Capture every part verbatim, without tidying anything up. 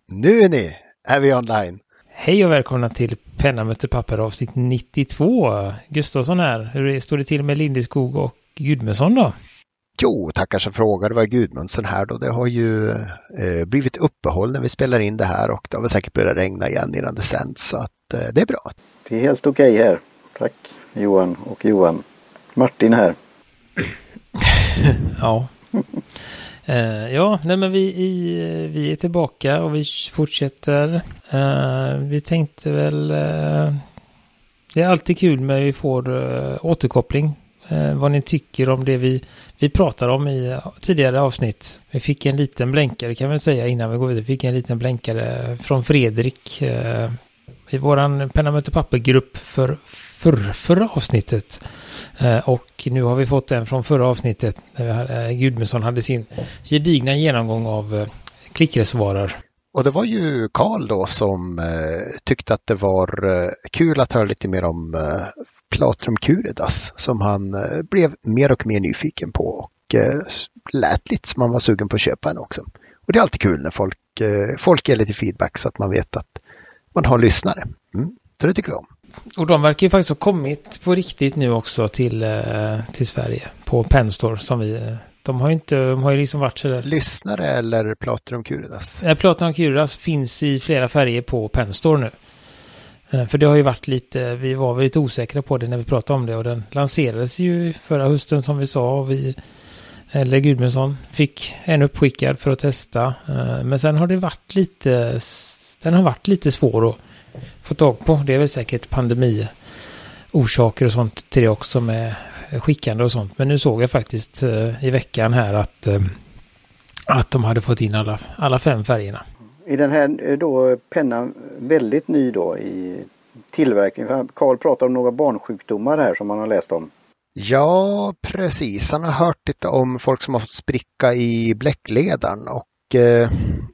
Nu är ni, är vi online. Hej och välkomna till Penna möter papper avsnitt nittiotvå. Gustafsson här. Hur står det till med Lindeskog och Gudmundsson då? Jo, tackar som frågar. Det var Gudmundsson här då. Det har ju eh, blivit uppehåll när vi spelar in det här och det har väl säkert börjat regna igen innan det sänds, så att eh, det är bra. Det är helt okej här. Tack Johan och Johan. Martin här. Ja. Uh, ja, nej men vi, i, vi är tillbaka och vi fortsätter. Uh, vi tänkte väl... Uh, det är alltid kul när vi får uh, återkoppling. Uh, vad ni tycker om det vi, vi pratar om i tidigare avsnitt. Vi fick en liten blänkare kan vi säga innan vi går vidare. Vi fick en liten blänkare från Fredrik uh, i våran Penna möter papper-grupp för, för förra avsnittet. Uh, och nu har vi fått en från förra avsnittet när uh, Gudmundsson hade sin gedigna genomgång av uh, klickreservoarer. Och det var ju Karl då som uh, tyckte att det var uh, kul att höra lite mer om uh, Platinum Curidas som han uh, blev mer och mer nyfiken på och uh, lät lite som man var sugen på att köpa en också. Och det är alltid kul när folk, uh, folk ger lite feedback så att man vet att man har lyssnare. Mm. Så det tycker vi om. Och de verkar ju faktiskt ha kommit på riktigt nu också till, till Sverige på Penstore som vi, de har ju inte, de har ju liksom varit sådär. Lyssnare eller Platinum Curidas? Ja, Platinum Curidas finns i flera färger på Penstore nu. För det har ju varit lite, vi var väl lite osäkra på det när vi pratade om det och den lanserades ju förra hösten som vi sa och vi, eller Gudmundsson fick en uppskickad för att testa. Men sen har det varit lite, den har varit lite svår att få tag på. Det är väl säkert pandemiorsaker och sånt till det också med skickande och sånt. Men nu såg jag faktiskt uh, i veckan här att, uh, att de hade fått in alla, alla fem färgerna. I den här då pennan väldigt ny då i tillverkning. Karl pratar om några barnsjukdomar här som man har läst om. Ja, precis. Han har hört lite om folk som har fått spricka i bläckledaren och uh...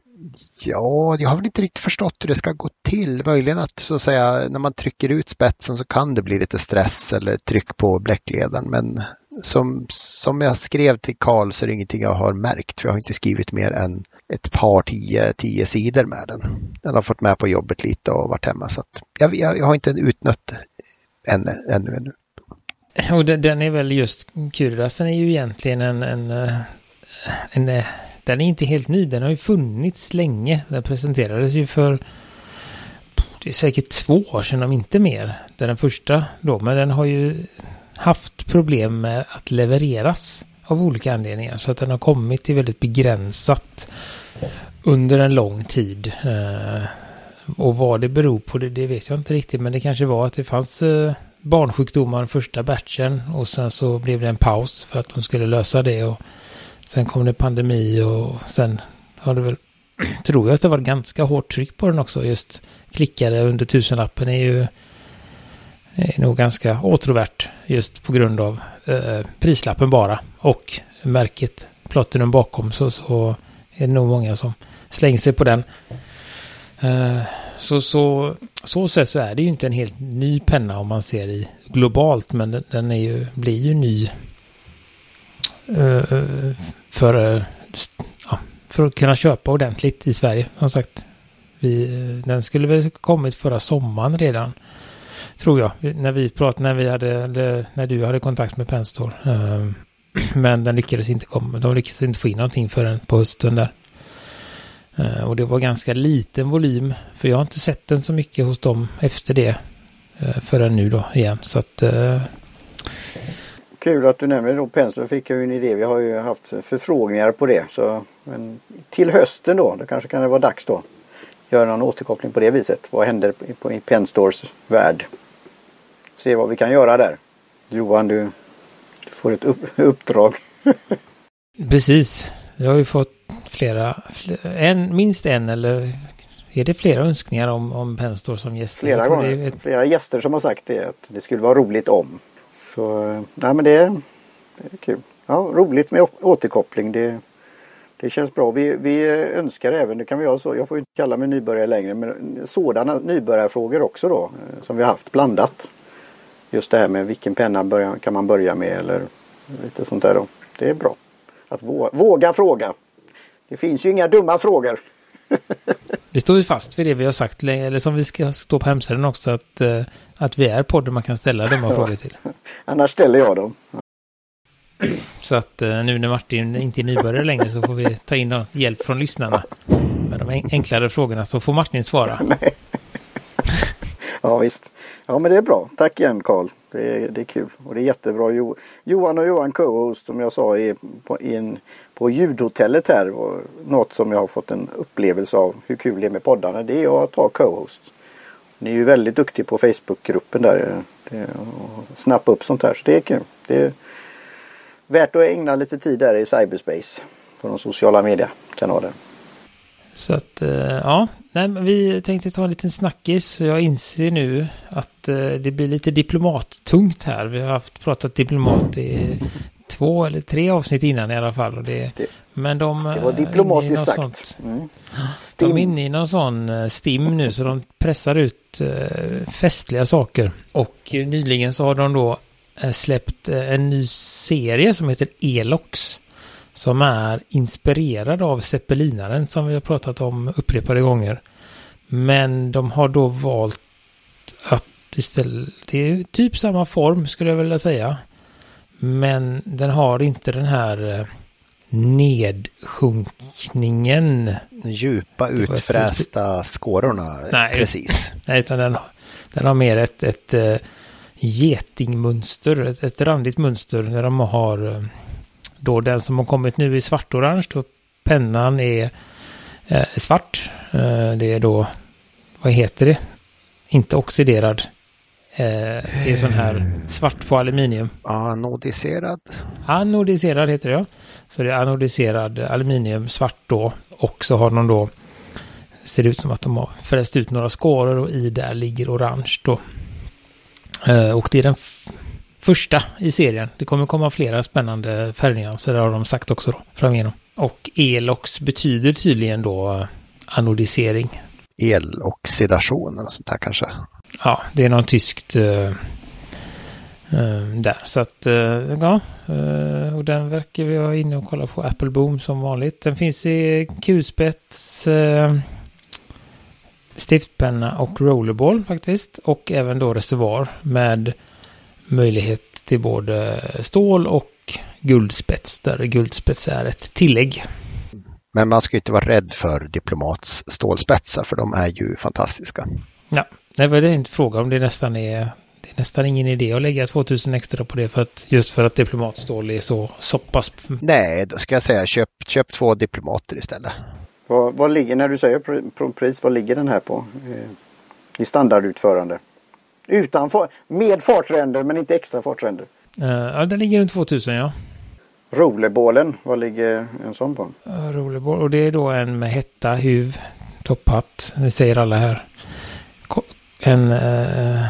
ja, jag har väl inte riktigt förstått hur det ska gå till. Möjligen att så att säga när man trycker ut spetsen så kan det bli lite stress eller tryck på bläckledaren. Men som, som jag skrev till Karl så är det ingenting jag har märkt. För jag har inte skrivit mer än ett par tio, tio sidor med den. Den har fått med på jobbet lite och varit hemma. Så att jag, jag, jag har inte utnött ännu. ännu, ännu. Och den är väl just Curidasen är ju egentligen en... en, en, en Den är inte helt ny, den har ju funnits länge. Den presenterades ju för det är säkert två år sedan om inte mer. Det är den första då, men den har ju haft problem med att levereras av olika anledningar. Så att den har kommit till väldigt begränsat under en lång tid. Och vad det beror på det, det vet jag inte riktigt. Men det kanske var att det fanns barnsjukdomar första batchen och sen så blev det en paus för att de skulle lösa det och sen kom det pandemi och sen har det väl, tror jag att det var ganska hårt tryck på den också. Just klickare under tusenlappen är ju är nog ganska åtråvärt just på grund av eh, prislappen bara. Och märket Platinum bakom så, så är det nog många som slänger sig på den. Eh, så, så, så så, så är det ju inte en helt ny penna om man ser i globalt, men den, den är ju, blir ju ny för, ja, för att kunna köpa ordentligt i Sverige. Som sagt, vi, den skulle väl kommit förra sommaren redan, tror jag, när vi pratade, när vi hade, eller när du hade kontakt med Penstore. Men den lyckades inte komma, de lyckades inte få in någonting förrän på hösten där. Och det var ganska liten volym, för jag har inte sett den så mycket hos dem efter det förrän nu då igen, så att kul att du nämner då Penstore, fick jag ju en idé. Vi har ju haft förfrågningar på det. Så, men till hösten då, det kanske kan det vara dags då. Göra någon återkoppling på det viset. Vad händer på, i Penstores värld? Se vad vi kan göra där. Johan, du, du får ett upp, uppdrag. Precis. Jag har ju fått flera, flera en, minst en eller är det flera önskningar om, om Penstore som gäster? Flera gånger. Ett... Flera gäster som har sagt det, att det skulle vara roligt om. Så, nej men det är, det är kul. Ja, roligt med återkoppling. Det, det känns bra. Vi, vi önskar även, det kan vi göra så, jag får inte kalla mig nybörjare längre, men sådana nybörjarfrågor också då, som vi har haft blandat. Just det här med vilken penna börja, kan man börja med eller lite sånt där då. Det är bra. Att våga, våga fråga. Det finns ju inga dumma frågor. Vi står ju fast vid det vi har sagt, eller som vi ska stå på hemsidan också, att, att vi är podden man kan ställa de här ja. frågor till. Annars ställer jag dem. Så att nu när Martin inte är nybörjare längre så får vi ta in hjälp från lyssnarna med de enklare frågorna, så får Martin svara. Nej. Ja visst. Ja men det är bra. Tack igen Carl. Det är, det är kul. Och det är jättebra. Jo, Johan och Johan co-host som jag sa är på, in, på ljudhotellet här. Och något som jag har fått en upplevelse av hur kul det är med poddarna. Det är att ta co-host. Ni är ju väldigt duktiga på Facebookgruppen där. Det, och snappa upp sånt här. Så det är kul. Det är värt att ägna lite tid där i cyberspace. På de sociala mediekanalerna. Så att, ja, nej, men vi tänkte ta en liten snackis. Jag inser nu att det blir lite diplomattungt här. Vi har haft pratat diplomat i två eller tre avsnitt innan i alla fall. Och det, det, men de, det var diplomatiskt sagt. Sånt, mm. De är inne i någon sån stim nu så de pressar ut uh, festliga saker. Och nyligen så har de då uh, släppt uh, en ny serie som heter Elox. Som är inspirerad av Zeppelinaren som vi har pratat om upprepade gånger. Men de har då valt att istället, det är typ samma form skulle jag vilja säga. Men den har inte den här nedsjunkningen. Djupa utfrästa ett... skårorna. Nej, precis. Nej, utan den, den har mer ett, ett, ett getingmönster, ett, ett randigt mönster när de har... Då den som har kommit nu i svart-orange, då pennan är eh, svart. Eh, det är då, vad heter det? Inte oxiderad. Eh, det är sån här svart på aluminium. Anodiserad. Anodiserad heter det, ja. Så det är anodiserad aluminium, svart då. Och så har de då, ser det ut som att de har fräst ut några skåror och i där ligger orange då. Eh, och det är den f- första i serien. Det kommer komma flera spännande färgnyanser, det har de sagt också då, framigenom. Och elox betyder tydligen då anodisering. Eloxidation eller sånt där kanske. Ja, det är någon tyskt uh, uh, där. Så att, uh, ja. Uh, och den verkar vi ha inne och kolla på Apple Boom som vanligt. Den finns i kulspets, uh, stiftpenna och rollerball faktiskt. Och även då reservoar med möjlighet till både stål och guldspets, där guldspets är ett tillägg. Men man ska inte vara rädd för Diplomats stålspetsar, för de är ju fantastiska. Ja, det var det inte fråga om. Det nästan är, det är nästan ingen idé att lägga tvåtusen extra på det, för att, just för att Diplomatstål är så, så pass... Nej, då ska jag säga köp, köp två Diplomater istället. Vad, vad ligger, när du säger pr- pris, vad ligger den här på eh, i standardutförande? Utan far, med fartränder men inte extra fartränder. Uh, ja, den ligger runt tvåtusen, ja. Rollerbollen, vad ligger en sån på? Uh, rollerball, och det är då en med hetta, huv, topphatt. Det säger alla här. En... Uh,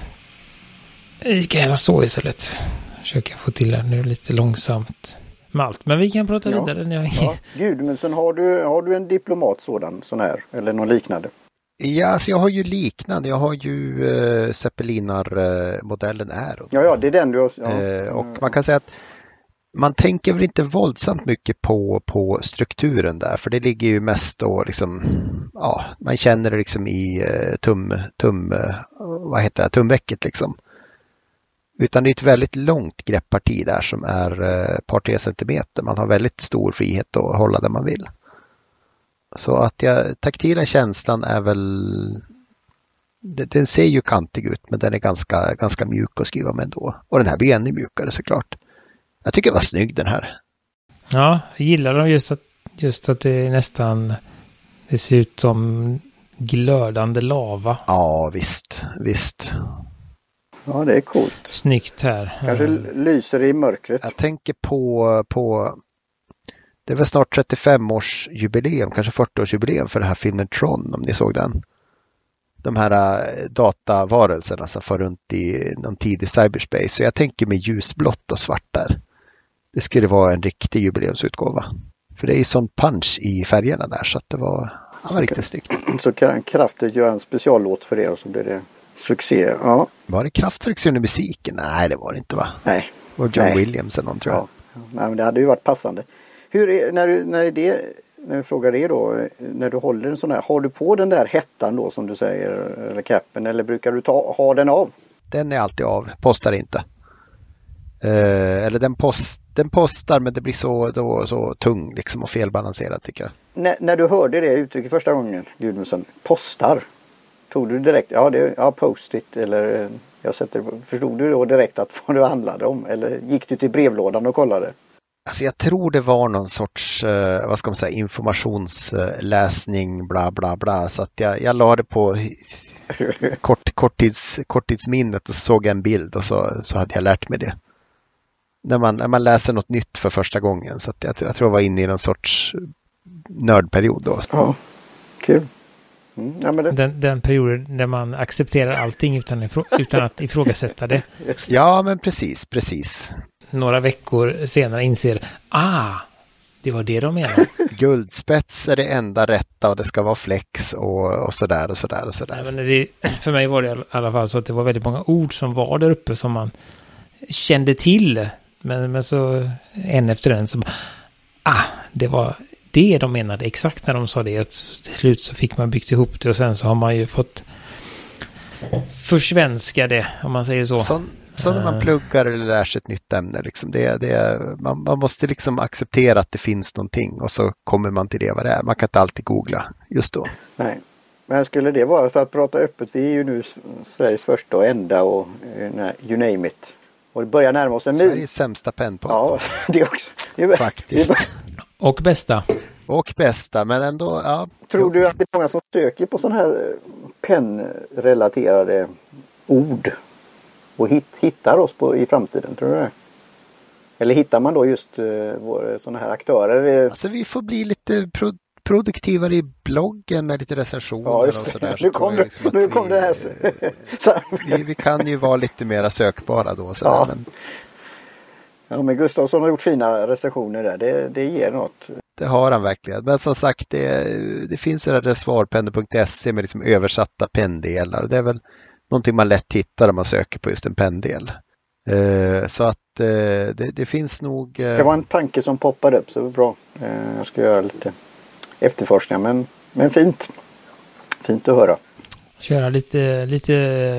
vi ska gärna stå istället. Försöker få till det nu lite långsamt med allt. Men vi kan prata ja. vidare. När jag... ja. Gud, men sen har du, har du en diplomat sådan, sån här, eller någon liknande? Ja, alltså jag har ju liknande. Jag har ju uh, Zeppelinar-modellen uh, är. Ja, ja, det är den du har. Ja. Uh, och man kan säga att man tänker väl inte våldsamt mycket på, på strukturen där. För det ligger ju mest då liksom, ja, man känner det liksom i uh, tum, tum, uh, vad heter det, tumvecket liksom. Utan det är ett väldigt långt greppparti där som är uh, ett par tre centimeter. Man har väldigt stor frihet att hålla där man vill. Så att jag, taktila känslan är väl, den ser ju kantig ut, men den är ganska, ganska mjuk att skriva med ändå. Och den här blir ännu mjukare såklart. Jag tycker det var snygg den här. Ja, jag gillar dem just att, just att det är nästan, det ser ut som glödande lava. Ja, visst, visst. Ja, det är coolt. Snyggt här. Kanske mm. lyser i mörkret. Jag tänker på, på det är väl snart trettiofem års jubileum, kanske fyrtio års jubileum för den här filmen Tron, om ni såg den. De här datavarelserna som far runt i någon tidig cyberspace. Så jag tänker med ljusblått och svart där. Det skulle vara en riktig jubileumsutgåva. För det är sån punch i färgerna där, så att det var, det var riktigt snyggt. Så kan Kraftet göra en speciallåt för det och så blir det succé. Ja. Var det Kraftwerk under musiken? Nej, det var det inte, va? Nej. Det var John Nej. Williams eller någon, tror jag. Ja. Nej, men det hade ju varit passande. Hur är, när, du, när är det när jag frågar det då, när du håller en sån här, har du på den där hettan då som du säger, eller capen, eller brukar du ta, ha den av? Den är alltid av, postar inte. Eh, eller den, post, den postar men det blir så, då, så tung liksom och felbalanserad tycker jag. N- när du hörde det uttrycket första gången, Gudmundsson, postar, tog du direkt, ja det ja, post-it eller jag sätter, förstod du då direkt att vad du handlade om eller gick du till brevlådan och kollade? Alltså jag tror det var någon sorts, eh, vad ska man säga, informationsläsning bla bla bla så att jag, jag la det på kort, korttids, korttidsminnet och såg en bild och så, så hade jag lärt mig det. När man, när man läser något nytt för första gången så att jag, jag tror jag var inne i någon sorts nördperiod då. Ja, kul. Mm, ja, men det... den, den perioden där man accepterar allting utan, ifrå, utan att ifrågasätta det. Ja men precis, precis. Några veckor senare inser, ah, det var det de menade. Guldspets är det enda rätta och det ska vara flex och, och sådär och sådär och sådär. Ja, men det, för mig var det i alla fall så att det var väldigt många ord som var där uppe som man kände till. Men, men så en efter en så ah, det var det de menade exakt när de sa det. Och till slut så fick man byggt ihop det och sen så har man ju fått försvenska det, om man säger så. Så, så när man pluggar eller lär sig ett nytt ämne. Liksom, det, det, man, man måste liksom acceptera att det finns någonting och så kommer man till det vad det är. Man kan inte alltid googla just då. Nej, men skulle det vara för att prata öppet? Vi är ju nu Sveriges första och enda och nej, you name it. Och det börjar närma oss en mil. Sveriges sämsta pennpodd. Ja, det är också. Det är, faktiskt. Det är, och bästa. Och bästa, men ändå, ja. Tror du att det är många som söker på sådana här pennrelaterade ord och hit, hittar oss på, i framtiden, tror du det? Eller hittar man då just uh, sådana här aktörer? Alltså vi får bli lite pro- produktivare i bloggen med lite recensioner ja, och sådär. Nu kom, det, liksom nu kom vi, det här. vi, vi kan ju vara lite mera sökbara då. Sådär, ja. Men... ja, men Gustavsson har gjort fina recensioner där. Det, det ger något. Det har han verkligen. Men som sagt, det, det finns ju det där svarpennor punkt se med liksom översatta penndelar. Det är väl någonting man lätt hittar om man söker på just en penndel. Uh, så att uh, det, det finns nog... Uh... Det var en tanke som poppade upp så det var bra. Uh, jag ska göra lite efterforskning, men, men fint. Fint att höra. Köra lite, lite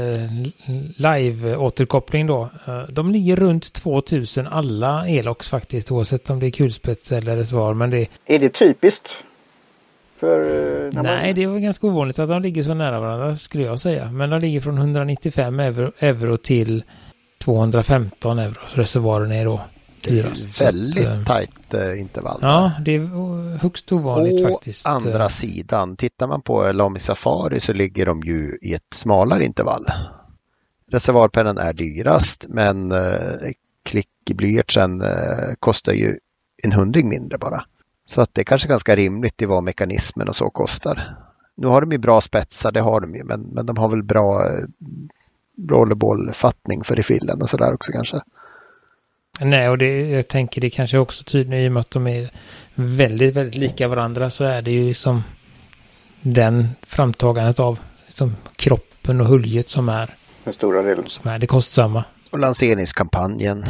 live-återkoppling då. De ligger runt tvåtusen alla Elox faktiskt, oavsett om det är kulspets eller svar. Men det... Är det typiskt? För, Nej, man... det är ganska ovanligt att de ligger så nära varandra, skulle jag säga. Men de ligger från etthundranittiofem euro, euro till tvåhundrafemton euro. Så reservoaren är då dyrast. Det är väldigt att, tajt äh, intervall. Ja, det är högst ovanligt Å faktiskt. Å andra sidan, tittar man på Lamy Safari så ligger de ju i ett smalare intervall. Reservoarpennan är dyrast, men äh, klickblyertsen äh, kostar ju en hundring mindre bara. Så att det är kanske ganska rimligt i vad mekanismen och så kostar. Nu har de ju bra spetsar, det har de ju, men, men de har väl bra äh, rollerbollfattning för refillen och sådär också kanske. Nej, och det, jag tänker det kanske också tydligt i och med att de är väldigt, väldigt lika varandra så är det ju liksom den framtagandet av liksom kroppen och huljet som är den stora delen. Som är det kostsamma. Och lanseringskampanjen.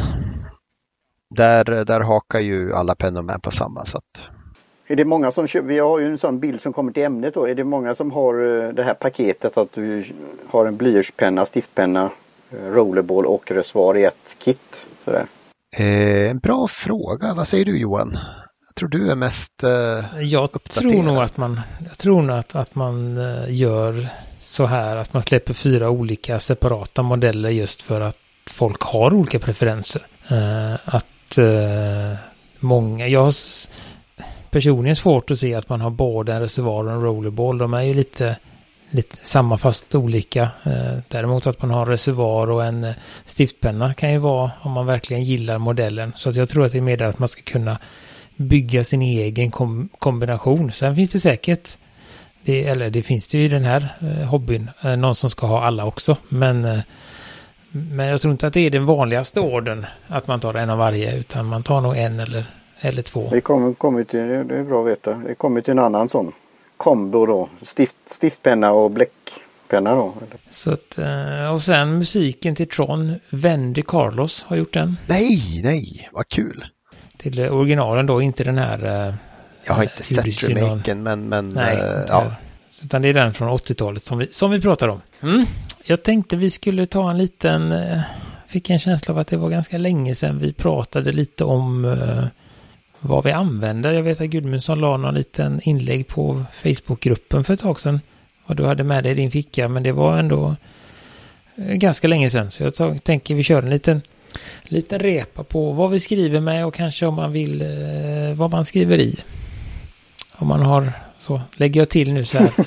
Där, där hakar ju alla pennor med på samma sätt. Är det många som köper, vi har ju en sån bild som kommer till ämnet då. Är det många som har det här paketet att du har en blyertspenna, stiftpenna, rollerball och reservoar i ett kit? Sådär. Eh, en bra fråga. Vad säger du Johan? Jag tror du är mest eh, Jag uppdaterad. tror nog att man, jag tror nog att, att man gör så här att man släpper fyra olika separata modeller just för att folk har olika preferenser. Eh, att eh, många, jag har personligen svårt att se att man har både en reservoar och en rollerball. De är ju lite lite samma fast olika. Däremot att man har reservoar och en stiftpenna kan ju vara om man verkligen gillar modellen. Så att jag tror att det är mer att man ska kunna bygga sin egen kom- kombination. Sen finns det säkert, det, eller det finns det ju i den här hobbyn, någon som ska ha alla också. Men, men jag tror inte att det är den vanligaste orden att man tar en av varje, utan man tar nog en eller, eller två. Det kommer, kommer till, det är bra att veta. Det kommer till en annan sån kombo då, Stift, stiftpenna och bläckpenna då. Så att, och sen musiken till Tron, Wendy Carlos har gjort den. Nej, nej, vad kul. Till originalen då, inte den här Jag har inte sett remaken, men... men nej, äh, ja. Utan det är den från åttiotalet som vi, som vi pratar om. Mm. Jag tänkte vi skulle ta en liten... Fick en känsla av att det var ganska länge sedan vi pratade lite om uh, vad vi använder. Jag vet att Gudmundsson la någon liten inlägg på Facebookgruppen för ett tag sedan. Och du hade med dig i din ficka, men det var ändå uh, ganska länge sedan. Så jag tar, tänker vi kör en liten, liten repa på vad vi skriver med och kanske om man vill uh, vad man skriver i. Om man har... Så lägger jag till nu så här.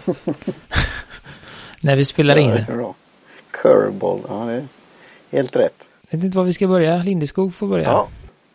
När vi spelar in. Ja, curveball, ja det är helt rätt. Jag vet inte vad vi ska börja. Lindeskog får börja. Ja.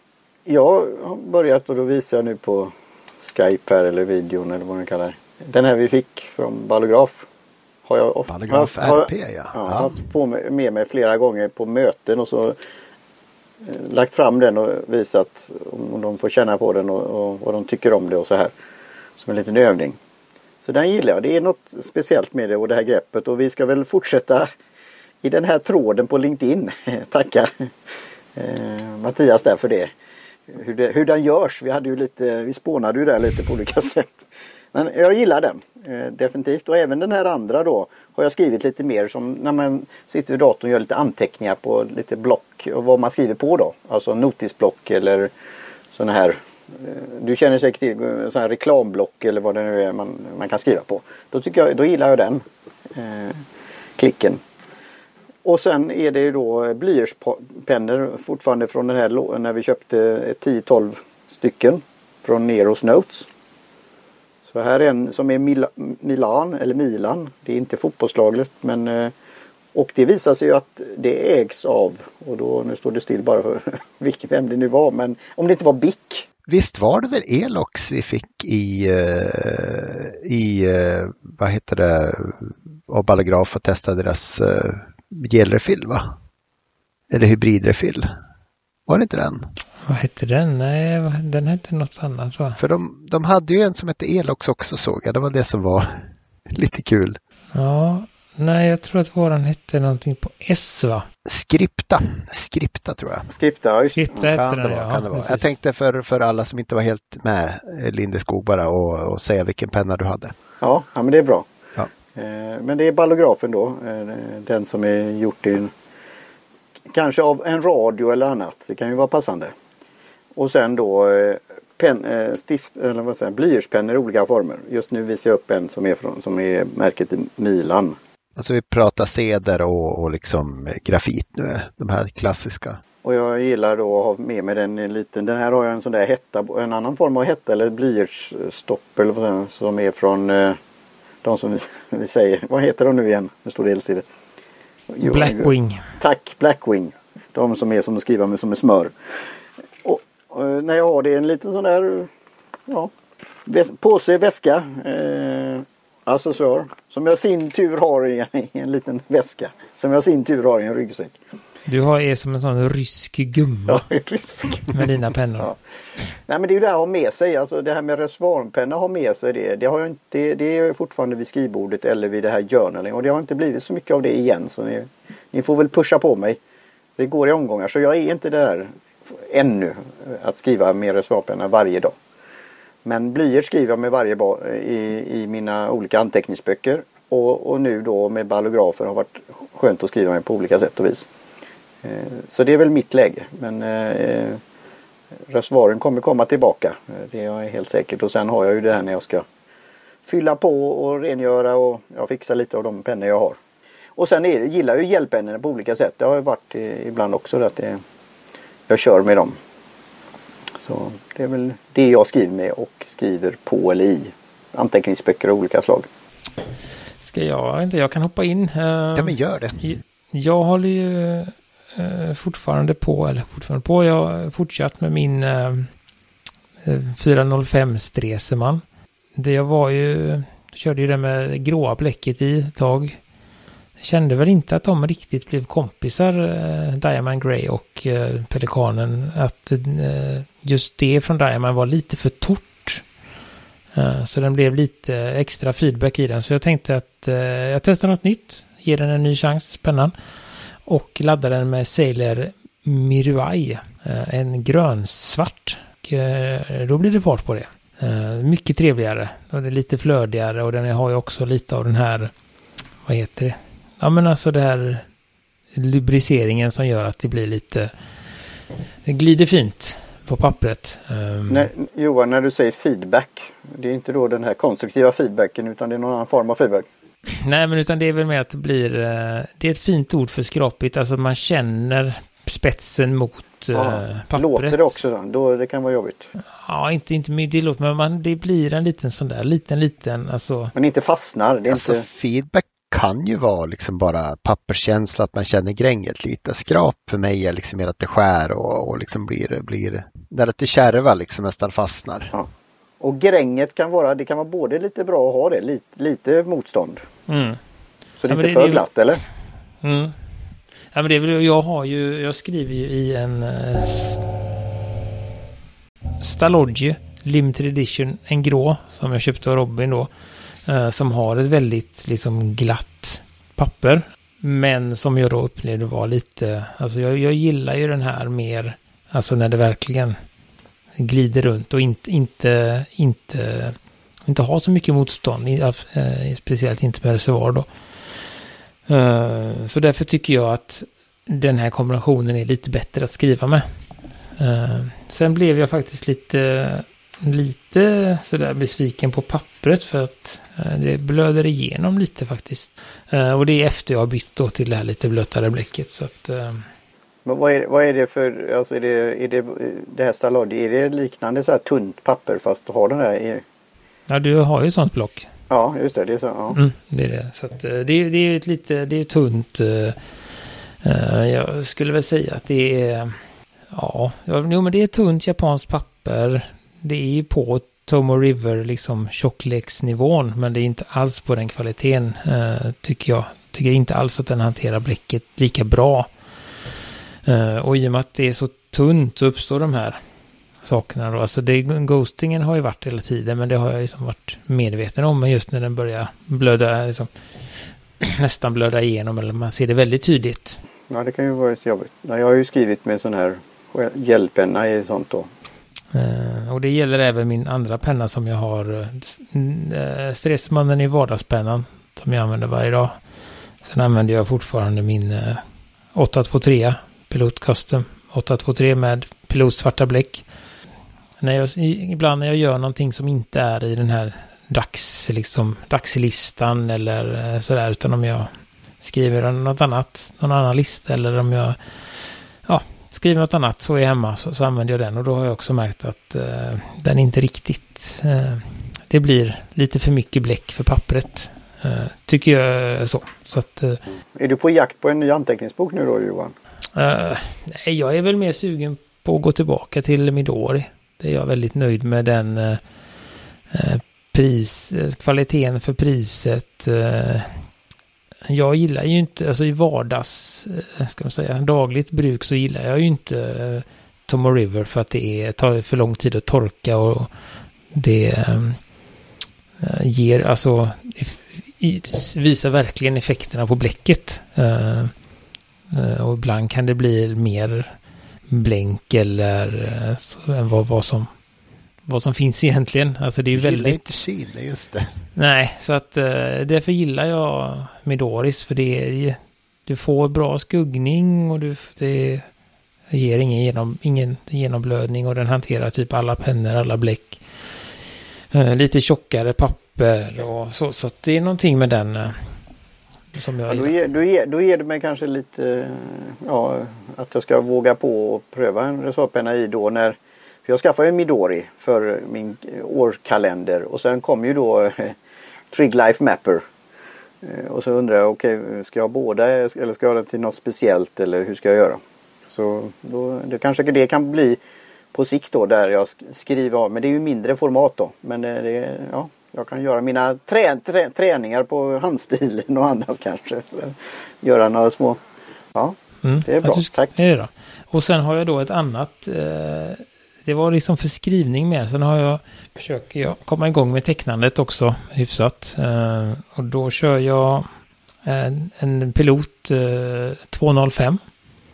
Jag har börjat och då visar jag nu på Skype här eller videon eller vad man kallar det. Den här vi fick från Ballograf. Har jag ofta, Ballograf har, R P, ja. ja. Jag har haft på med, med mig flera gånger på möten och så eh, lagt fram den och visat om de får känna på den och, och vad de tycker om det och så här. Som en liten övning. Så den gillar jag. Det är något speciellt med det och det här greppet. Och vi ska väl fortsätta i den här tråden på LinkedIn. Tackar eh, Mattias där för det. Hur, det. hur den görs. Vi, hade ju lite, vi spånade ju där lite på olika sätt. Men jag gillar den. Eh, definitivt. Och även den här andra då har jag skrivit lite mer som när man sitter vid datorn och gör lite anteckningar på lite block. Och vad man skriver på då. Alltså notisblock eller sådana här. Du känner säkert till sån här reklamblock eller vad det nu är man, man kan skriva på. Då tycker jag, då gillar jag den eh, klicken. Och sen är det ju då blyertspennor fortfarande från den här när vi köpte tio tolv stycken från Neros Notes. Så här är en som är Mil- Milan eller Milan. Det är inte fotbollslaget men eh, och det visar sig ju att det ägs av och då nu står det still bara för vilken vem det nu var men om det inte var Bic. Visst var det väl Elox vi fick i, uh, i uh, vad heter det, av Ballograf och testa deras uh, gelrefill va? Eller hybridrefill. Var det inte den? Vad hette den? Nej, den hette något annat va? För de, de hade ju en som hette Elox också såg jag. Det var det som var lite kul. Ja, nej jag tror att våran hette någonting på S va? Skripta. Skripta tror jag. Skripta, just Skripta hette kan den, det vara, ja, kan det vara. precis. Jag tänkte för, för alla som inte var helt med Lindeskog bara och, och säga vilken penna du hade. Ja, ja men det är bra. Ja. Eh, men det är Ballografen då. Eh, den som är gjort i kanske av en radio eller annat. Det kan ju vara passande. Och sen då eh, pen, eh, stift, eller vad säger, blyertspennor i olika former. Just nu visar jag upp en som är, från, som är märket i Milan. Alltså vi pratar ceder och, och liksom grafit nu, de här klassiska. Och jag gillar då att ha med mig den en liten, den här har jag en sån där hetta, en annan form av hetta eller blyertsstopp eller vad säger, som är från eh, de som vi säger, vad heter de nu igen? Det står det helst i det. Blackwing. Tack, Blackwing. De som är som att skriva med som är smör. Och, och när jag har det en liten sån där ja, väs, påse, väska eh, accessoar som jag sin tur har i en, i en liten väska. Som jag sin tur har i en ryggsäck. Du har är som en sån rysk gumma. Ja, rysk. Med dina pennor. Ja. Nej men det är ju det här att ha med sig. Alltså det här med reservoarpenna ha med sig det. Det, har jag inte, det är fortfarande vid skrivbordet eller vid det här journaling. Och det har inte blivit så mycket av det igen. Så ni, ni får väl pusha på mig. Det går i omgångar. Så jag är inte där ännu att skriva med reservoarpenna varje dag. Men blyert skriver jag med varje dag i, i mina olika anteckningsböcker. Och, och nu då med ballografer har varit skönt att skriva med på olika sätt och vis. Eh, så det är väl mitt läge. Men eh, reservoaren kommer komma tillbaka. Det är jag helt säkert. Och sen har jag ju det här när jag ska fylla på och rengöra och jag fixar lite av de pennor jag har. Och sen är det, gillar jag ju hjälppennorna på olika sätt. Det har ju varit eh, ibland också att det, jag kör med dem. Så det är väl det jag skriver med och skriver på eller i anteckningsböcker av olika slag. Ska jag inte, jag kan hoppa in. Ja men gör det. Jag håller ju fortfarande på, eller fortfarande på, jag har fortsatt med min fyra noll fem Stresemann. Det jag var ju, körde ju det med gråa bläcket i ett tag. Kände väl inte att de riktigt blev kompisar, Diamond Grey och Pelikanen. Att just det från Diamond var lite för torrt. Så den blev lite extra feedback i den. Så jag tänkte att jag testar något nytt. Ger den en ny chans, pennan. Och laddar den med Sailor Miruai. En grönsvart. Då blir det fart på det. Uh, mycket trevligare och det är lite flödigare och den har ju också lite av den här, vad heter det? Ja men alltså det här lubriceringen som gör att det blir lite, det glider fint på pappret. Um, när, Johan, när du säger feedback, det är inte då den här konstruktiva feedbacken utan det är någon annan form av feedback. Nej men utan det är väl med att det blir, uh, det är ett fint ord för skrapigt, alltså man känner spetsen mot uh, pappret. Låter det också då? då? Det kan vara jobbigt. Ja, inte, inte det låter, men man, det blir en liten sån där, liten, liten, alltså. Men inte fastnar. Det är alltså inte... feedback kan ju vara liksom bara papperskänsla, att man känner gränget lite. Skrap för mig är liksom mer att det skär och, och liksom blir, blir där det kärva liksom nästan fastnar. Ja. Och gränget kan vara, det kan vara både lite bra att ha det, lite, lite motstånd. Mm. Så det är ja, inte det, för det, glatt, eller? Mm. Ja, men det är väl, jag har ju, jag skriver ju i en uh, Stalogie Limited Edition, en grå som jag köpte av Robin då, uh, som har ett väldigt liksom glatt papper, men som jag då upplevde var lite, alltså jag, jag gillar ju den här mer, alltså när det verkligen glider runt och inte inte inte inte har så mycket motstånd, uh, speciellt inte med reservoar då. Uh, så därför tycker jag att den här kombinationen är lite bättre att skriva med. Uh, sen blev jag faktiskt lite lite sådär besviken på pappret för att uh, det blöder igenom lite faktiskt. Uh, och det är efter jag har bytt då till det här lite blötare bläcket. Så att, uh... Men vad är, vad är det för, alltså är det, är det, det här Stalogie, är det liknande så här tunt papper fast har den här i... Ja, du har ju sånt block. Ja, just det, det är så. Ja. Mm, det är det. Så att, uh, det, är, det är ju ett lite, det är tunt. Uh, uh, jag skulle väl säga att det är, ja, jo, men det är tunt japanskt papper. Det är ju på Tomoe River liksom tjockleksnivån, men det är inte alls på den kvaliteten uh, tycker jag. Tycker inte alls att den hanterar bläcket lika bra. Uh, och i och med att det är så tunt så uppstår de här sakerna då. Alltså det, ghostingen har ju varit hela tiden, men det har jag liksom varit medveten om, men just när den börjar blöda, liksom, nästan blöda igenom, eller man ser det väldigt tydligt. Ja, det kan ju vara så jobbigt. Jag har ju skrivit med sån här gelpenna i sånt då. Uh, och det gäller även min andra penna som jag har, uh, Stressmannen i vardagspennan som jag använder varje dag. Sen använder jag fortfarande min uh, åtta två tre Pilot Custom åtta två tre med Pilot svarta bläck. När jag, ibland när jag gör någonting som inte är i den här dags, liksom, dagslistan eller sådär, utan om jag skriver något annat, någon annan lista, eller om jag ja, skriver något annat så är jag hemma, så, så använder jag den, och då har jag också märkt att uh, den inte riktigt uh, det blir lite för mycket bläck för pappret, uh, tycker jag så. Så att, uh, är du på jakt på en ny anteckningsbok nu då, Johan? Uh, nej, jag är väl mer sugen på att gå tillbaka till Midori. Det är jag väldigt nöjd med, den uh, pris, kvaliteten för priset. Uh, jag gillar ju inte, alltså i vardags, uh, ska man säga, dagligt bruk så gillar jag ju inte uh, Tomoe River för att det är, tar för lång tid att torka, och det um, uh, ger, alltså i, visar verkligen effekterna på bläcket. Uh, och ibland kan det bli mer blänk eller så, än vad, vad, som, vad som finns egentligen. Alltså det är väldigt... gillar inte Kina, just det. Nej, så att därför gillar jag Midoris, för det är, du får bra skuggning och du, det ger ingen, genom, ingen genomblödning, och den hanterar typ alla pennor, alla bläck. Lite tjockare papper och så, så att det är någonting med den... Som jag ja, då, ger, då, ger, då ger det mig kanske lite, ja, att jag ska våga på och pröva en reservpenna i då när, för jag skaffade en Midori för min årkalender, och sen kom ju då eh, Trig Life Mapper, eh, och så undrar jag, okej, okay, ska jag ha båda eller ska jag ha det till något speciellt, eller hur ska jag göra? Så då, det kanske det kan bli på sikt då, där jag skriver av, men det är ju mindre format då, men det, det ja. Jag kan göra mina trä, trä, träningar på handstilen och annat kanske. Eller göra några små... Ja, mm, det är bra. Tack. Ja, och sen har jag då ett annat... Eh, det var liksom för skrivning med. Sen har jag... Försöker jag komma igång med tecknandet också hyfsat. Eh, och då kör jag en, en Pilot eh, två noll fem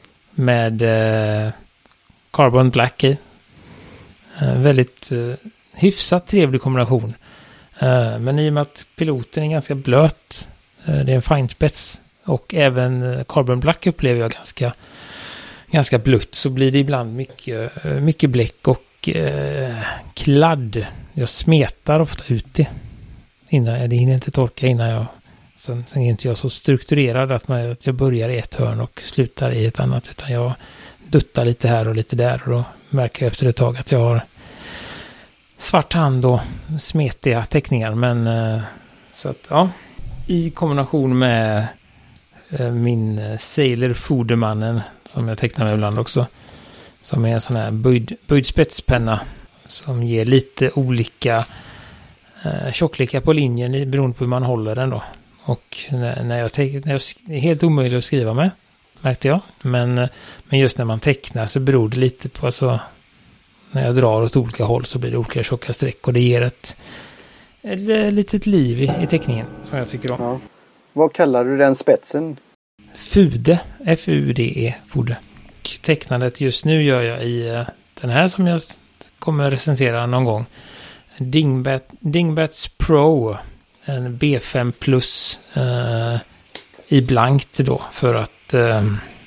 med eh, Carbon Black i. Eh, väldigt... Eh, hyfsat trevlig kombination. Uh, men i och med att piloten är ganska blöt, uh, det är en finspets, och även uh, Carbon Black upplever jag ganska, ganska blött, så blir det ibland mycket, uh, mycket bläck och uh, kladd. Jag smetar ofta ut det innan, det hinner inte torka innan jag, sen, sen är inte jag så strukturerad att, man, att jag börjar i ett hörn och slutar i ett annat, utan jag duttar lite här och lite där, och då märker jag efter ett tag att jag har svart hand och smetiga teckningar. Men så att ja, i kombination med min Sailor Fodermannen som jag tecknar med ibland också, som är en sån här böjd, böjd spetspenna som ger lite olika eh, tjocklekar på linjen beroende på hur man håller den då. Och när, när jag tecknar, det är helt omöjligt att skriva med, märkte jag. Men, men just när man tecknar så beror det lite på, alltså när jag drar åt olika håll så blir det olika tjocka streck, och det ger ett, ett, ett litet liv i, i teckningen som jag tycker om. Ja. Vad kallar du den spetsen? Fude, F U D E, Fude. Tecknandet just nu gör jag i den här som jag kommer recensera någon gång. Dingbat, Dingbats Pro, en B fem plus eh, i blankt då, för att eh,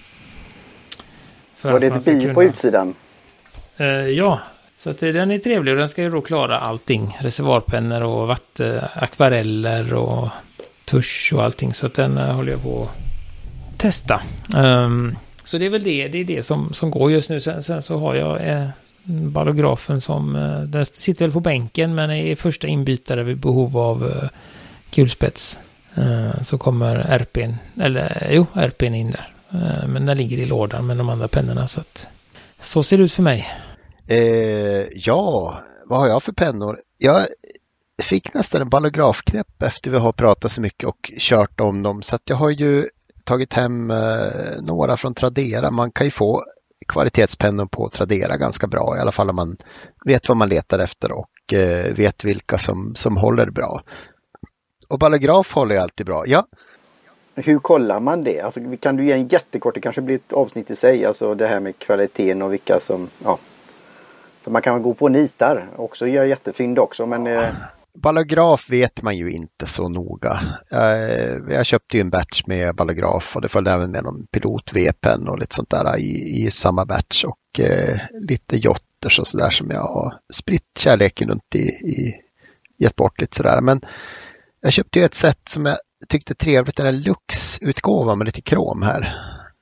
för var det att man ett ska bi kunna... på utsidan? Eh, ja, så att den är trevlig, och den ska ju då klara allting. Reservoarpennor och vatten, akvareller och tusch och allting, så att den uh, håller jag på att testa. Um, så det är väl det, det är det som, som går just nu. Sen, sen så har jag eh, ballografen som, eh, den sitter väl på bänken, men är första inbytare vid behov av eh, kulspets. Uh, så kommer R P:n, eller jo, R P:n in där. Uh, men den ligger i lådan med de andra pennorna, så att så ser det ut för mig. Eh, ja, vad har jag för pennor? Jag fick nästan en ballografknäpp efter vi har pratat så mycket och kört om dem. Så att jag har ju tagit hem eh, några från Tradera. Man kan ju få kvalitetspennor på Tradera ganska bra. I alla fall om man vet vad man letar efter och eh, vet vilka som, som håller bra. Och ballograf håller ju alltid bra, ja. Hur kollar man det? Alltså, kan du ge en jättekort, det kanske blir ett avsnitt i sig, alltså det här med kvaliteten och vilka som, ja. För man kan gå på nitar också, gör jättefynd också, men... Ja. Ballograf vet man ju inte så noga. Jag, jag köpte ju en batch med ballograf och det följde även med någon pilot-V-pen och lite sånt där i, i samma batch, och eh, lite jotters och sådär som jag har spritt kärleken runt i, i gett bort lite sådär. Men jag köpte ju ett set som jag tyckte trevligt, den här Lux-utgåvan med lite krom här.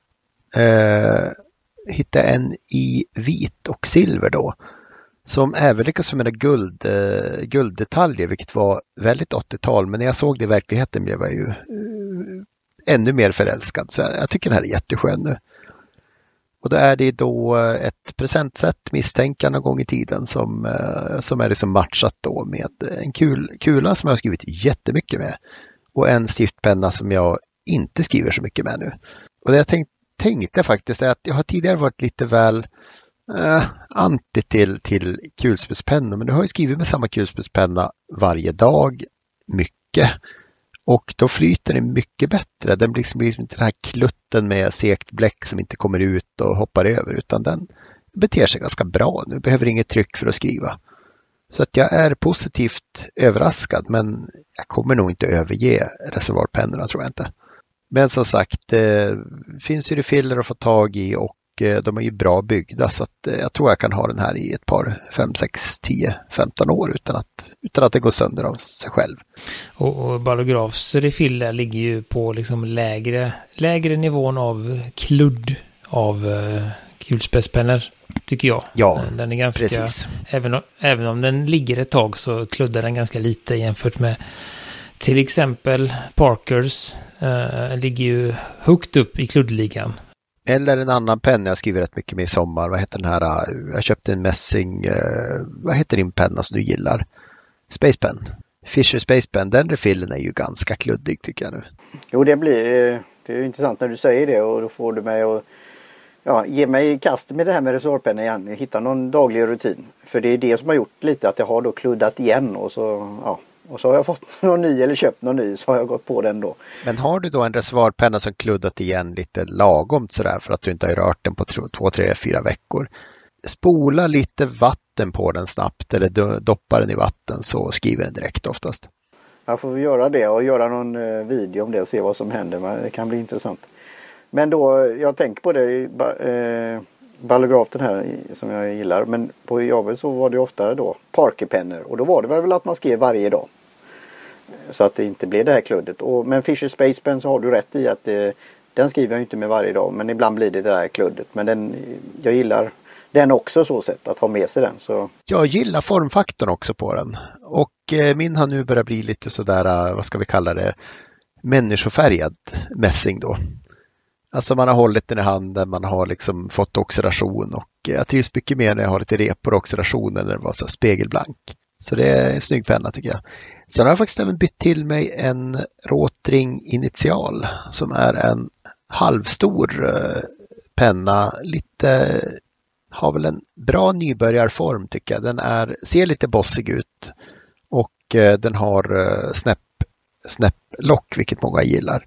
Eh, hittade en i vit och silver då, som även lyckas med guld, eh, gulddetaljer, vilket var väldigt åttiotal, men när jag såg det i verkligheten blev jag ju eh, ännu mer förälskad. Så jag, jag tycker den här är jätteskön nu. Och då är det då ett presentset, misstänker någon gång i tiden, som, eh, som är liksom matchat då med en kul, kula som jag har skrivit jättemycket med, och en stiftpenna som jag inte skriver så mycket med nu. Och det jag tänkt, tänkte faktiskt är att jag har tidigare varit lite väl Uh, anti till, till kulspetspennor, men du har ju skrivit med samma kulspetspenna varje dag mycket, och då flyter den mycket bättre. Den blir liksom, blir inte den här klutten med sekt bläck som inte kommer ut och hoppar över, utan den beter sig ganska bra. Nu behöver inget tryck för att skriva, så att jag är positivt överraskad, men jag kommer nog inte överge reservoarpennorna, tror jag inte. Men som sagt, det eh, finns ju refiller att få tag i, och de är ju bra byggda, så att jag tror jag kan ha den här i ett par fem, sex, tio, femton år utan att, utan att det går sönder av sig själv. Och, och ballografs refiller ligger ju på liksom lägre, lägre nivån av kludd av uh, kulspetspennor, tycker jag. Ja, den är ganska, precis. Även, även om den ligger ett tag så kluddar den ganska lite jämfört med till exempel Parkers uh, ligger ju högt upp i kluddligan. Eller en annan penna jag skriver rätt mycket med i sommar. Vad heter den här? Jag köpte en mässing. Eh, vad heter din penna som du gillar? Space Pen. Fisher Space Pen. Den refillen är ju ganska kluddig, tycker jag nu. Jo, det blir det är intressant när du säger det, och då får du mig att ja, ge mig kast med det här med reservoarpenna igen. Hitta någon daglig rutin. För det är det som har gjort lite att jag har då kluddat igen, och så ja. Och så har jag fått någon ny eller köpt någon ny, så har jag gått på den då. Men har du då en reservoarpenna som kluddat igen lite lagomt sådär för att du inte har rört den på två, tre, fyra veckor? Spola lite vatten vatten på den snabbt eller do- doppar den i vatten så skriver den direkt oftast. Jag får göra det och göra någon eh, video om det och se vad som händer. Men det kan bli intressant. Men då, jag tänker på det, eh, ballografen här som jag gillar. Men på jobbet så var det oftare då Parkerpennor. Och då var det väl att man skrev varje dag. Så att det inte blev det här kluddet. Och, men Fisher Space Pen så har du rätt i att eh, den skriver jag inte med varje dag. Men ibland blir det det här kluddet. Men den, jag gillar den också så sätt att ha med sig den. Så. Jag gillar formfaktorn också på den. Och eh, min har nu börjat bli lite sådär, vad ska vi kalla det, människofärgad mässing då. Alltså man har hållit den i handen, man har liksom fått oxidation och jag trivs mycket mer när jag har lite repor och oxidation än när det var så spegelblank. Så det är en snygg penna tycker jag. Sen har jag faktiskt även bytt till mig en Rotring Initial som är en halvstor penna. Lite, har väl en bra nybörjarform tycker jag. Den är, ser lite bossig ut och den har snäpp, snäpplock vilket många gillar.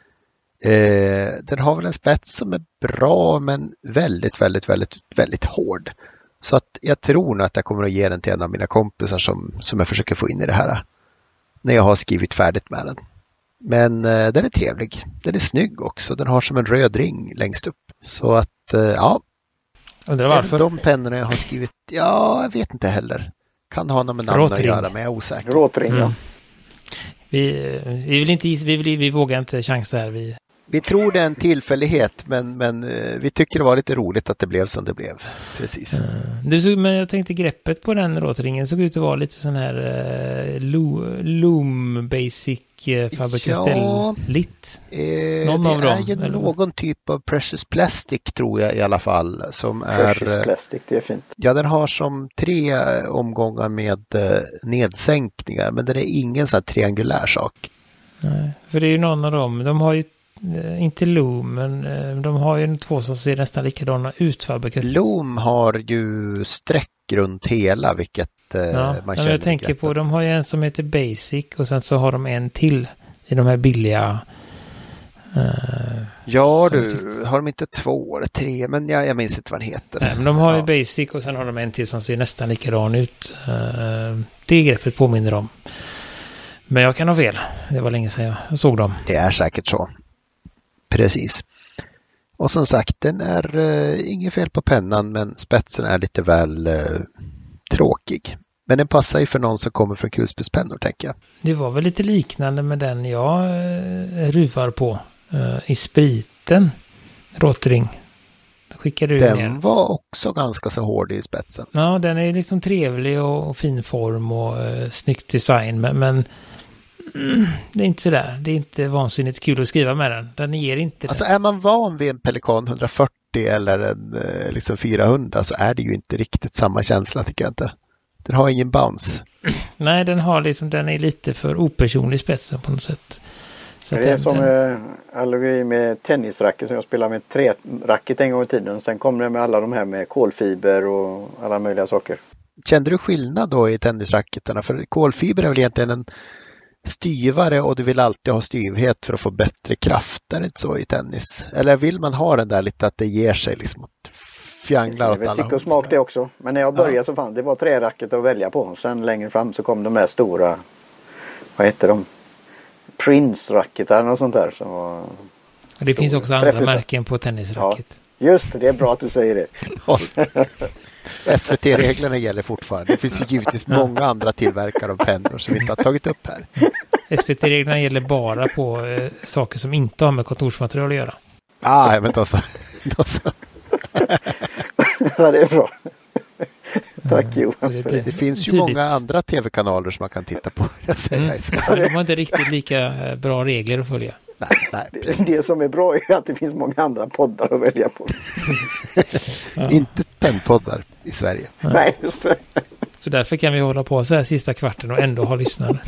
Eh, den har väl en spets som är bra men väldigt, väldigt, väldigt, väldigt hård. Så att jag tror nog att jag kommer att ge den till en av mina kompisar som, som jag försöker få in i det här. När jag har skrivit färdigt med den. Men eh, den är trevlig. Den är snygg också. Den har som en röd ring längst upp. Så att, eh, ja. Undrar varför? De pennorna jag har skrivit, ja, jag vet inte heller. Kan ha något med namn att göra, men jag är osäker. Rotring, ja. Mm. Vi, vi, vill inte, vi, vill, vi vågar inte chansa här. Vi... vi tror det är en tillfällighet, men, men vi tycker det var lite roligt att det blev som det blev. Precis. Det såg, men jag tänkte greppet på den råtringen såg ut att vara lite sån här uh, lo, Loom Basic uh, Faber-Castell-lit. Ja, eh, Någon det av dem, är ju eller? Någon typ av Precious Plastic tror jag i alla fall. Som Precious är, Plastic, det är fint. Ja, den har som tre omgångar med uh, nedsänkningar, men det är ingen sån här triangulär sak. Nej, för det är ju någon av dem. De har ju inte Loom, men de har ju två som ser nästan likadana ut. Loom har ju streck runt hela, vilket ja, man känner. Jag tänker på, de har ju en som heter Basic och sen så har de en till i de här billiga. Uh, ja du, tyckte... har de inte två eller tre, men jag, jag minns inte vad den heter. Nej, men de har ja. ju Basic och sen har de en till som ser nästan likadan ut. Uh, det greppet påminner om. Men jag kan ha fel. Det var länge sedan jag såg dem. Det är säkert så. Precis. Och som sagt, den är uh, inget fel på pennan, men spetsen är lite väl uh, tråkig. Men den passar ju för någon som kommer från kulspetspennor, tänker jag. Det var väl lite liknande med den jag uh, ruvar på uh, i spriten. Rotring. Skickade du den ner. Var också ganska så hård i spetsen. Ja, den är liksom trevlig och, och fin form och uh, snyggt design, men, men mm, det är inte så där. Det är inte vansinnigt kul att skriva med den. Den ger inte alltså det. Är man van vid en Pelikan hundrafyrtio eller en liksom fyrahundra så är det ju inte riktigt samma känsla, tycker jag inte. Den har ingen bounce. Nej, den har liksom, den är lite för opersonlig spetsen på något sätt. Så det är den, som den... eh, allergi med tennisracket som jag spelade med tre racket en gång i tiden. Sen kom det med alla de här med kolfiber och alla möjliga saker. Kände du skillnad då i tennisracketerna? För kolfiber är väl egentligen en styvare och du vill alltid ha styvhet för att få bättre kraft. Är det inte så i tennis? Eller vill man ha den där lite att det ger sig liksom åt fjanglar åt alla håll? Jag tycker smak det också. Men när jag började ja. så fann det var tre racket att välja på. Sen längre fram så kom de där stora, vad heter de? Prince-racketar och sånt där. Som var och det finns också andra märken på tennisracket. Ja, just det, det är bra att du säger det. S V T-reglerna gäller fortfarande. Det finns ju givetvis många andra tillverkare av pennor som vi inte har tagit upp här. S V T-reglerna gäller bara på eh, saker som inte har med kontorsmaterial att göra. Ah, men då så. Då så. Ja, det är bra. Tack Johan. Det, det. det finns ju tydligt. Många andra tv-kanaler som man kan titta på. Jag säger mm. ja, de har inte riktigt lika bra regler att följa. Nej, nej, det, det som är bra är att det finns många andra poddar att välja på. Ja. Inte pennpoddar i Sverige. Nej, nej just det. Så därför kan vi hålla på så här sista kvarten och ändå ha lyssnare.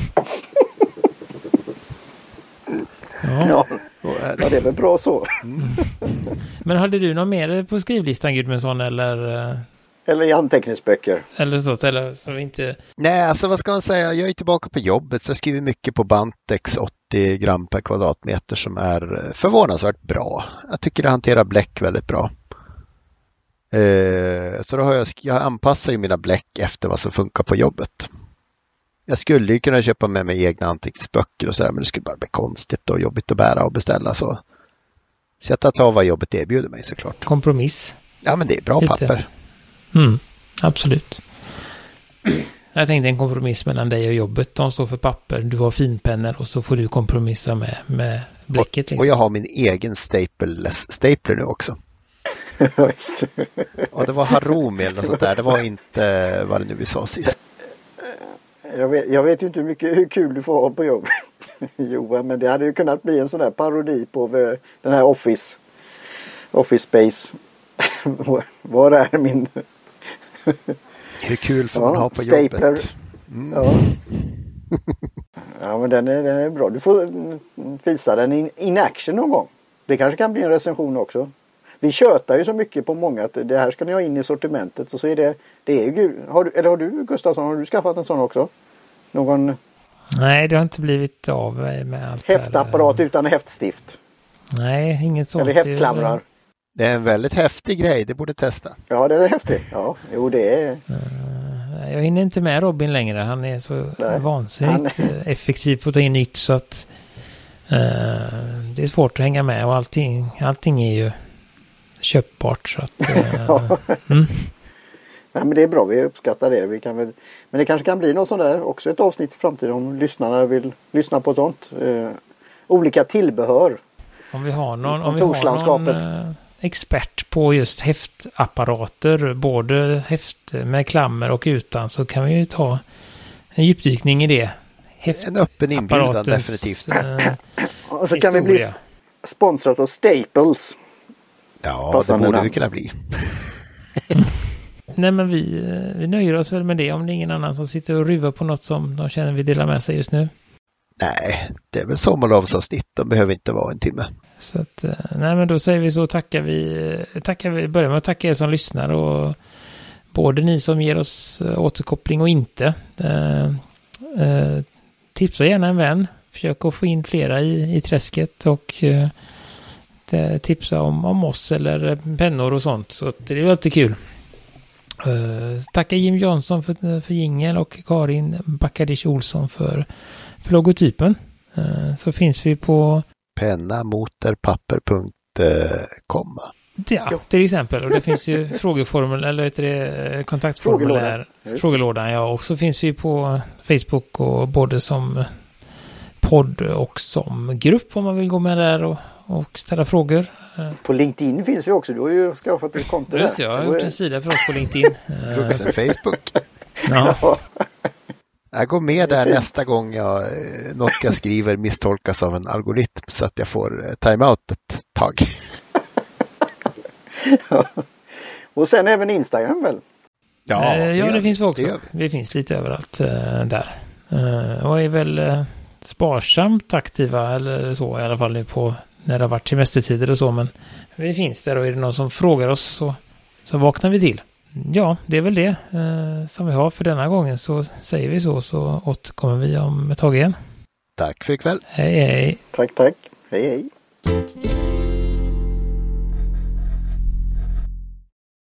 Ja. Ja. Ja, det är väl bra så. Mm. Men hade du något mer på skrivlistan, Gudmundsson, eller... Eller i anteckningsböcker. Eller så, eller så vi inte... Nej, alltså vad ska man säga? Jag är tillbaka på jobbet så jag skriver mycket på Bantex åttio gram per kvadratmeter som är förvånansvärt bra. Jag tycker det hanterar bläck väldigt bra. Eh, så då har jag, jag anpassar ju mina bläck efter vad som funkar på jobbet. Jag skulle ju kunna köpa med mig egna anteckningsböcker och sådär, men det skulle bara bli konstigt och jobbigt att bära och beställa. Så, så jag tar vad jobbet erbjuder mig såklart. Kompromiss. Ja, men det är bra Lite. papper. Mm, absolut. Jag tänkte en kompromiss mellan dig och jobbet. De står för papper, du har finpennor och så får du kompromissa med, med bläcket. Och, liksom. och jag har min egen staples, stapler nu också. Och det var Harumi eller något sånt där. Det var inte vad det nu vi sa sist. Jag vet, jag vet ju inte hur mycket hur kul du får ha på jobbet, Johan, men det hade ju kunnat bli en sån där parodi på den här Office Office Space. Var är min... Hur kul får man ja, ha på stapler. jobbet? Mm. Ja. Ja, men den är, den är bra. Du får visa den in, in action någon gång. Det kanske kan bli en recension också. Vi tjötar ju så mycket på många att det här ska ni ha in i sortimentet. Och så är det, det är ju gud. Har du, eller har du, Gustafsson, har du skaffat en sån också? Någon... Nej, det har inte blivit av med allt. Häftapparat utan häftstift. Nej, inget sånt. Eller häftklamrar. Det är en väldigt häftig grej, det borde testa. Ja, det är häftigt. Ja, jo det är... Jag hinner inte med Robin längre. Han är så Nej. vansinnigt Han... effektiv på att ta in nytt så att uh, det är svårt att hänga med och allting, allting är ju köpbart. Så att, uh, mm. Nej, men det är bra, vi uppskattar det. Vi kan väl... Men det kanske kan bli något sånt där, också ett avsnitt i framtiden om lyssnarna vill lyssna på sånt. Uh, olika tillbehör. Om vi har någon, om vi har någon uh, expert på just häftapparater, både häft med klammer och utan, så kan vi ju ta en djupdykning i det. Häft en öppen inbjudan definitivt. Uh, och så kan vi bli sponsrat av Staples. Ja, Passande det borde namn. vi kunna bli. Nej, men vi, vi nöjer oss väl med det om det är ingen annan som sitter och ruvar på något som de känner vi delar med sig just nu. Nej, det är väl sommarlovsavsnitt. De behöver inte vara en timme. Så att, nej men då säger vi så, tackar vi, tackar vi, börjar med att tacka er som lyssnar och både ni som ger oss återkoppling och inte. Eh, eh, tipsa gärna en vän. Försök att få in flera i, i träsket och eh, tipsa om, om oss eller pennor och sånt. Så att det är alltid kul. Uh, tacka Jim Johnson för, för jingeln och Karin Backadish Olsson för, för logotypen. Uh, så finns vi på pennamotorpapper punkt com. Ja, till exempel. Och det finns ju frågeformel eller heter det, kontaktformulär. Frågelådan. Ja, och så finns vi på Facebook och både som podd och som grupp om man vill gå med där och, och ställa frågor. På LinkedIn finns vi också. Du har ju skaffat ett konto där. Just, jag har gjort en sida för oss på LinkedIn. Vuxen Facebook. Ja. Jag går med där nästa gång jag, något jag skriver misstolkas av en algoritm så att jag får timeout ett tag. Och sen även Instagram väl? Ja, det, ja, det finns vi också. Det vi. vi finns lite överallt uh, där. Uh, och är väl uh, sparsamt aktiva eller så i alla fall nu på när det har varit semestertider och så, men vi finns där och är det någon som frågar oss så, så vaknar vi till. Ja, det är väl det eh, som vi har för denna gången, så säger vi så så återkommer vi om ett tag igen. Tack för ikväll. Hej hej. Tack, tack. Hej hej.